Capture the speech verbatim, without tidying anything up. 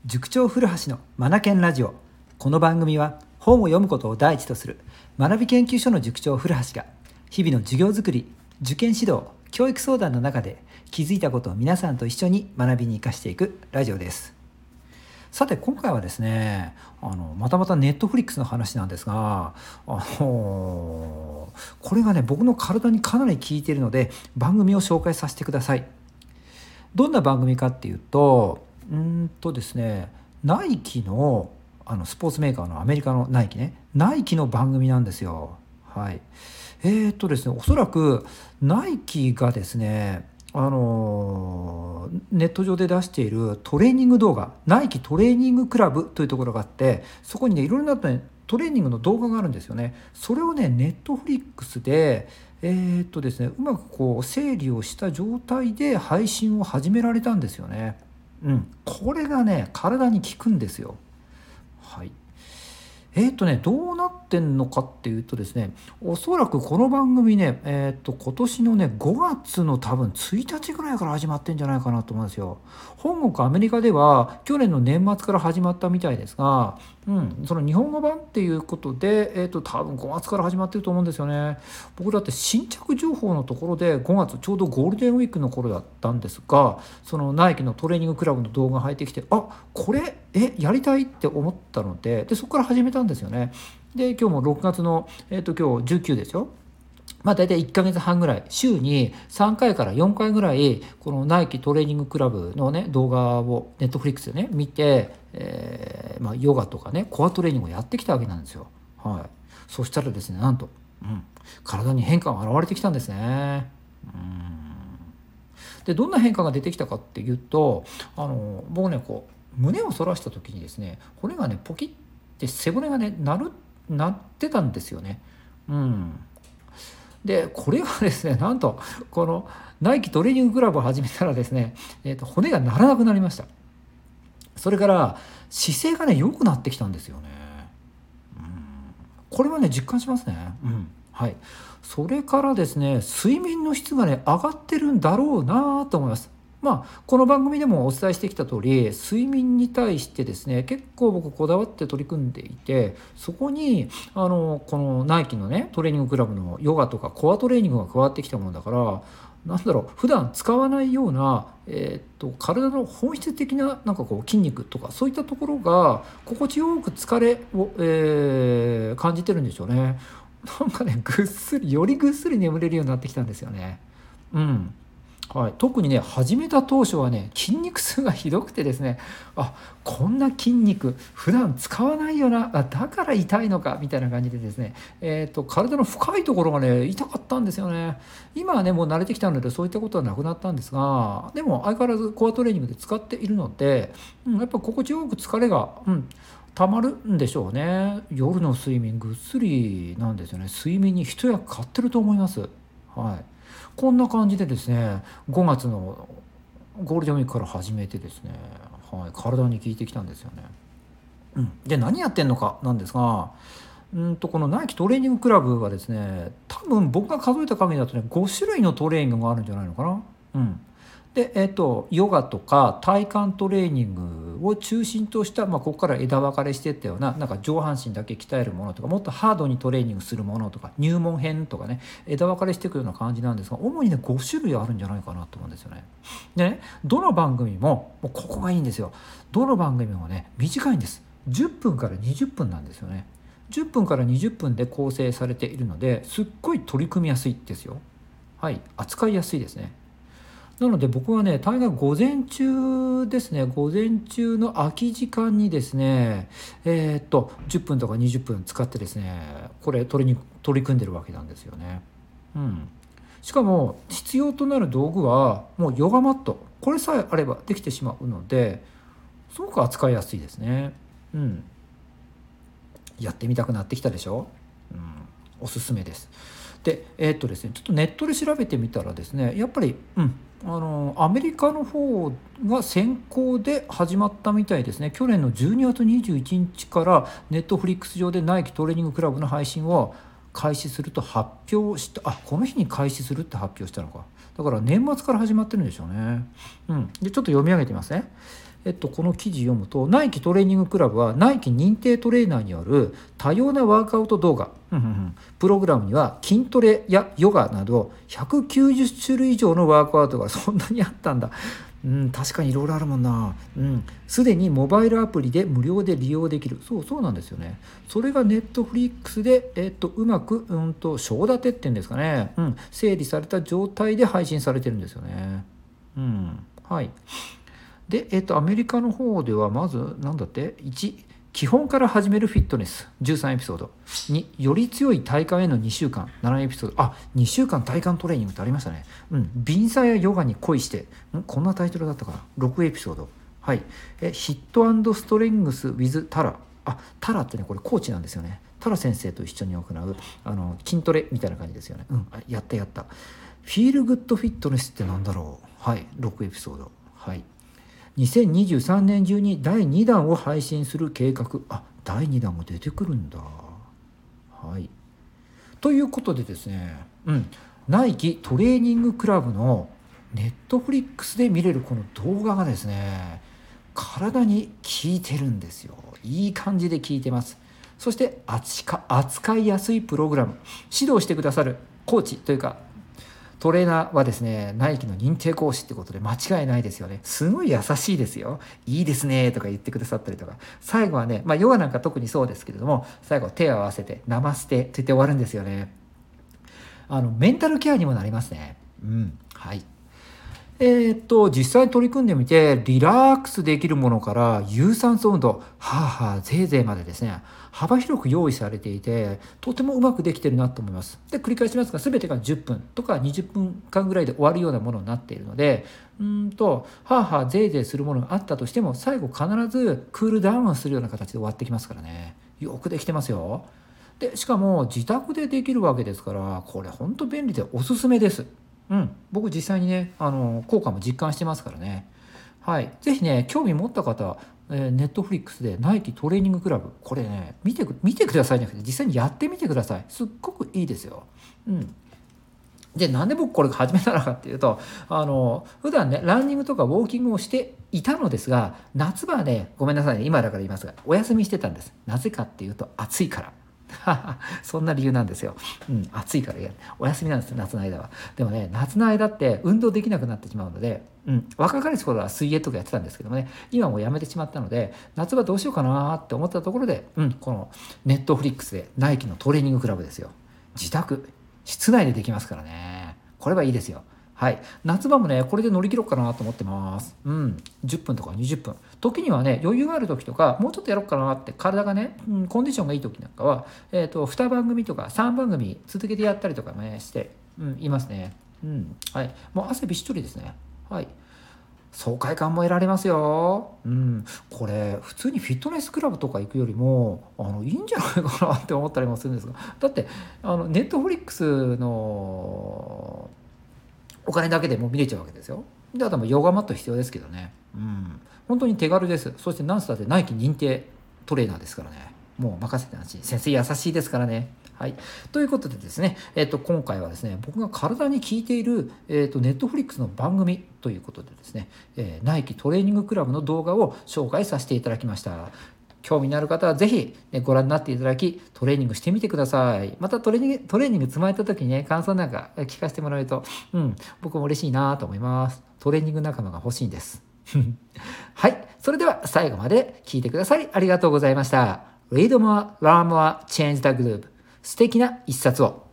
塾長古橋のマナケンラジオ。この番組は本を読むことを第一とする学び研究所の塾長古橋が日々の授業づくり、受験指導、教育相談の中で気づいたことを皆さんと一緒に学びに生かしていくラジオです。さて今回はですね、あのまたまたネットフリックスの話なんですが、あのこれがね僕の体にかなり効いているので番組を紹介させてください。どんな番組かっていうとうーんとですねナイキのあのスポーツメーカーのアメリカのナイキねナイキの番組なんですよ。はいえー、っとですねおそらくナイキがですねあのネット上で出しているトレーニング動画、ナイキトレーニングクラブというところがあって、そこにねいろいろな、ね、トレーニングの動画があるんですよね。それをねネットフリックスでえーっとですねうまくこう整理をした状態で配信を始められたんですよね。うん、これがね体に効くんですよ。はいえーとね、どうなってんのかっていうとですね、おそらくこの番組ね、えーと今年のねごがつの多分ついたちぐらいから始まってんじゃないかなと思うんですよ。本国アメリカでは去年の年末から始まったみたいですが、うん、その日本語版っていうことで、えーと多分ごがつから始まってると思うんですよね。僕だって新着情報のところでごがつちょうどゴールデンウィークの頃だったんですが、そのナイキのトレーニングクラブの動画が入ってきて、あこれえやりたいって思ったので、でそこから始めたんですよね。で今日もろくがつの、えー、と今日じゅうくですよ。まあ大体いっかげつはんぐらい週にさんかいからよんかいぐらいこのナイキトレーニングクラブのね動画をネットフリックスでね見て、えーまあ、ヨガとかねコアトレーニングをやってきたわけなんですよ。はい、そしたらですねなんと、うん、体に変化が現れてきたんですね。うんでどんな変化が出てきたかっていうと、あの僕ねこう胸を反らした時にですね骨がねポキッて背骨がね鳴る鳴ってたんですよね。うんでこれがですねなんとこのナイキトレーニングクラブを始めたらですね、えーと骨が鳴らなくなりました。それから姿勢がね良くなってきたんですよね。うんこれはね実感しますね。うんはいそれからですね睡眠の質がね上がってるんだろうなと思います。まあこの番組でもお伝えしてきた通り睡眠に対してですね結構僕こだわって取り組んでいて、そこにあのこのナイキのねトレーニングクラブのヨガとかコアトレーニングが加わってきたものだから、なんだろう普段使わないような、えー、っと体の本質的ななんかこう筋肉とかそういったところが心地よく疲れを、えー感じてるんでしょうね。なんかねぐっすりよりぐっすり眠れるようになってきたんですよね。うんはい、特にね始めた当初はね筋肉痛がひどくてですね、あこんな筋肉普段使わないよな、あだから痛いのかみたいな感じでですね、えー、と体の深いところがね痛かったんですよね。今はねもう慣れてきたのでそういったことはなくなったんですが、でも相変わらずコアトレーニングで使っているので、うん、やっぱ心地よく疲れが、うんたまるんでしょうね。夜の睡眠ぐっすりなんですよね。睡眠に一役買ってると思います。はいこんな感じでですねごがつのゴールデンウィークから始めてですね、はい、体に効いてきたんですよね。うん、で何やってんのかなんですが、うんとこのナイキトレーニングクラブはですね多分僕が数えた限りだとねごしゅるいのトレーニングがあるんじゃないのかな。うんでえっとヨガとか体幹トレーニングを中心とした、まあ、ここから枝分かれしていったようななんか上半身だけ鍛えるものとかもっとハードにトレーニングするものとか入門編とかね枝分かれしていくような感じなんですが、主にねごしゅるいあるんじゃないかなと思うんですよね。でねどの番組ももうここがいいんですよ。どの番組もね短いんです。じゅっぷんからにじゅっぷんなんですよね。じゅっぷんからにじゅっぷんで構成されているのですっごい取り組みやすいですよ。はい扱いやすいですね。なので僕はね大概午前中ですね午前中の空き時間にですねえー、っとじゅっぷんとかにじゅっぷん使ってですねこれ取りに取り組んでるわけなんですよね。うんしかも必要となる道具はもうヨガマットこれさえあればできてしまうのですごく扱いやすいですね。うんやってみたくなってきたでしょ。うんおすすめです。でえーっとですねちょっとネットで調べてみたらですねやっぱりうんあのアメリカの方が先行で始まったみたいですね。去年のじゅうにがつにじゅういちにちからネットフリックス上でナイキトレーニングクラブの配信を開始すると発表した。あこの日に開始するって発表したのか。だから年末から始まってるんでしょうね。うん、でちょっと読み上げてみますね。 えっと、この記事読むと、ナイキトレーニングクラブはナイキ認定トレーナーによる多様なワークアウト動画、うんうんうん、プログラムには筋トレやヨガなどひゃくきゅうじゅっしゅるい以上のワークアウトがそんなにあったんだ。うん、確かにいろいろあるもんな。うん、すでにモバイルアプリで無料で利用できる。そうそうなんですよね。それがネットフリックスで、えっと、うまく、うんと、章立てっていうんですかね、うん、整理された状態で配信されてるんですよね。うん、はい。で、えっと、アメリカの方ではまず、なんだって、いち、基本から始めるフィットネス、じゅうさんエピソード。に、より強い体幹へのにしゅうかん、ななエピソード。あ、にしゅうかん体幹トレーニングってありましたね。うん。ビンサやヨガに恋して、んこんなタイトルだったかな。ろくエピソード。はい。え、ヒット&ストレングス with タラ。あ、タラってね、これコーチなんですよね。タラ先生と一緒に行う、あの、筋トレみたいな感じですよね。うん。やったやった。フィールグッドフィットネスってなんだろう。はい。ろくエピソード。はい。にせんにじゅうさんねん中にだいにだんを配信する計画。あ、だいにだんも出てくるんだ。はい。ということでですね、うん、ナイキトレーニングクラブのネットフリックスで見れるこの動画がですね、体に効いてるんですよ。いい感じで効いてます。そして扱いやすいプログラム、指導してくださるコーチというかトレーナーはですね、ナイキの認定講師ってことで間違いないですよね。すごい優しいですよ。いいですねとか言ってくださったりとか。最後はね、まあヨガなんか特にそうですけれども、最後手を合わせてナマステって言って終わるんですよね。あの、メンタルケアにもなりますね。うん。はい。えー、っと、実際取り組んでみて、リラックスできるものから有酸素運動、はあはあ、ぜいぜいまでですね、幅広く用意されていて、とてもうまくできてるなと思います。で、繰り返しますが、全てがじゅっぷんとかにじゅっぷんかんぐらいで終わるようなものになっているので、うんと、はあはあ、ぜいぜいするものがあったとしても、最後必ずクールダウンするような形で終わってきますからね。よくできてますよ。で、しかも自宅でできるわけですから、これ本当便利でおすすめです。うん、僕実際にね、あの効果も実感してますからね。はい、ぜひね、興味持った方は、えー、ネットフリックスでナイキトレーニングクラブ、これね、見て見てくださいじゃなくて、実際にやってみてください。すっごくいいですよ。うん。で、なんで僕これ始めたのかっていうと、あの普段ね、ランニングとかウォーキングをしていたのですが、夏場はね、ごめんなさいね、今だから言いますが、お休みしてたんです。なぜかっていうと、暑いから。そんな理由なんですよ。うん、暑いからやお休みなんですよ、夏の間は。でもね、夏の間って運動できなくなってしまうので、うん、若かりし頃は水泳とかやってたんですけどもね、今もうやめてしまったので、夏場どうしようかなって思ったところで、うん、このネットフリックスでナイキのトレーニングクラブですよ。自宅、室内でできますからね。これはいいですよ。はい。夏場もね、これで乗り切ろうかなと思ってます。うん。じゅっぷんとかにじゅっぷん。時にはね、余裕がある時とか、もうちょっとやろうかなって、体がね、うん、コンディションがいい時なんかは、えっと、にばんぐみとかさんばんぐみ続けてやったりとかね、して、うん、いますね。うん。はい。もう汗びっしょりですね。はい。爽快感も得られますよ。うん。これ、普通にフィットネスクラブとか行くよりも、あの、いいんじゃないかなって思ったりもするんですが、だって、あの、ネットフリックスの、お金だけでも見れちゃうわけですよ。で、あとはヨガマット必要ですけどね。うん。本当に手軽です。そしてナンスだってナイキ認定トレーナーですからね。もう任せてなし。先生優しいですからね。はい。ということでですね、えっと、今回はですね、僕が体に効いている、えっと、ネットフリックスの番組ということでですね、えーナイキトレーニングクラブの動画を紹介させていただきました。興味のある方はぜひ、ね、ご覧になっていただき、トレーニングしてみてください。またトレーニング、トレーニング積まれた時にね、感想なんか聞かせてもらえると、うん、僕も嬉しいなと思います。トレーニング仲間が欲しいんです。はい。それでは最後まで聞いてくださりありがとうございました。Read more, learn more, change the group. 素敵な一冊を。